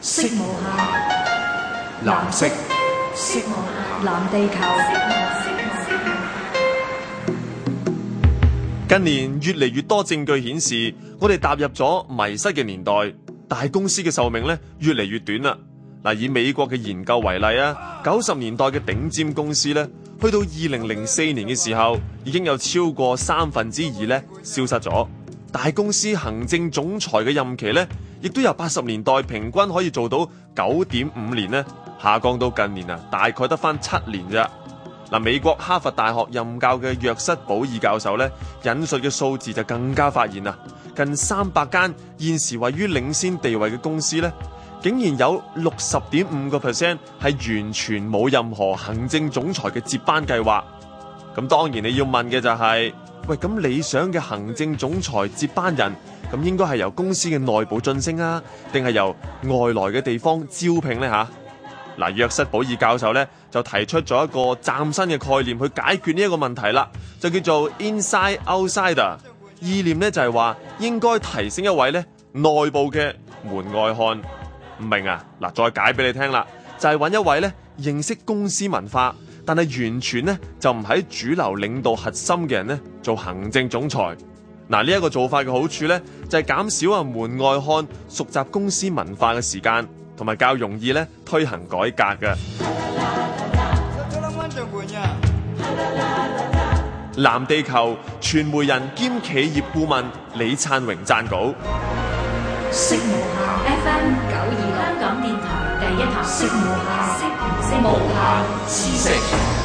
色無限， 藍色， 色無限，藍地球。 近年越嚟越多證據顯示，我哋踏入咗迷失嘅年代，大公司嘅壽命咧越嚟越短啦。嗱，以美國嘅研究為例啊，90年代嘅頂尖公司咧，去到2004年嘅時候，已經有超過2/3咧消失咗。大公司行政總裁嘅任期咧，亦都由80年代平均可以做到9.5年咧，下降到近年啊，大概得返7年咋。嗱，美國哈佛大學任教嘅約瑟保爾教授咧，引述嘅數字就更加發現啊，近300間現時位於領先地位嘅公司咧，竟然有60.5% 係完全冇任何行政總裁嘅接班計劃。咁當然你要問嘅就係，喂，咁理想嘅行政總裁接班人，咁應該係由公司嘅內部晉升啊，定係由外來嘅地方招聘呢？吓？嗱，約瑟保爾教授咧就提出咗一個嶄新嘅概念去解決呢一個問題啦，就叫做 inside outsider。意念咧就係話應該提升一位咧內部嘅門外漢。唔明啊？嗱，再解俾你聽啦，就係揾一位咧認識公司文化，但係完全咧就唔喺主流領導核心嘅人咧做行政總裁。嗱，呢一個做法嘅好處咧就係減少門外漢熟習公司文化嘅時間，同埋較容易咧推行改革嘅。藍地球傳媒人兼企業顧問李燦榮撰稿。 色無限 FM 926香港電台第一台，色無限，色無限知識。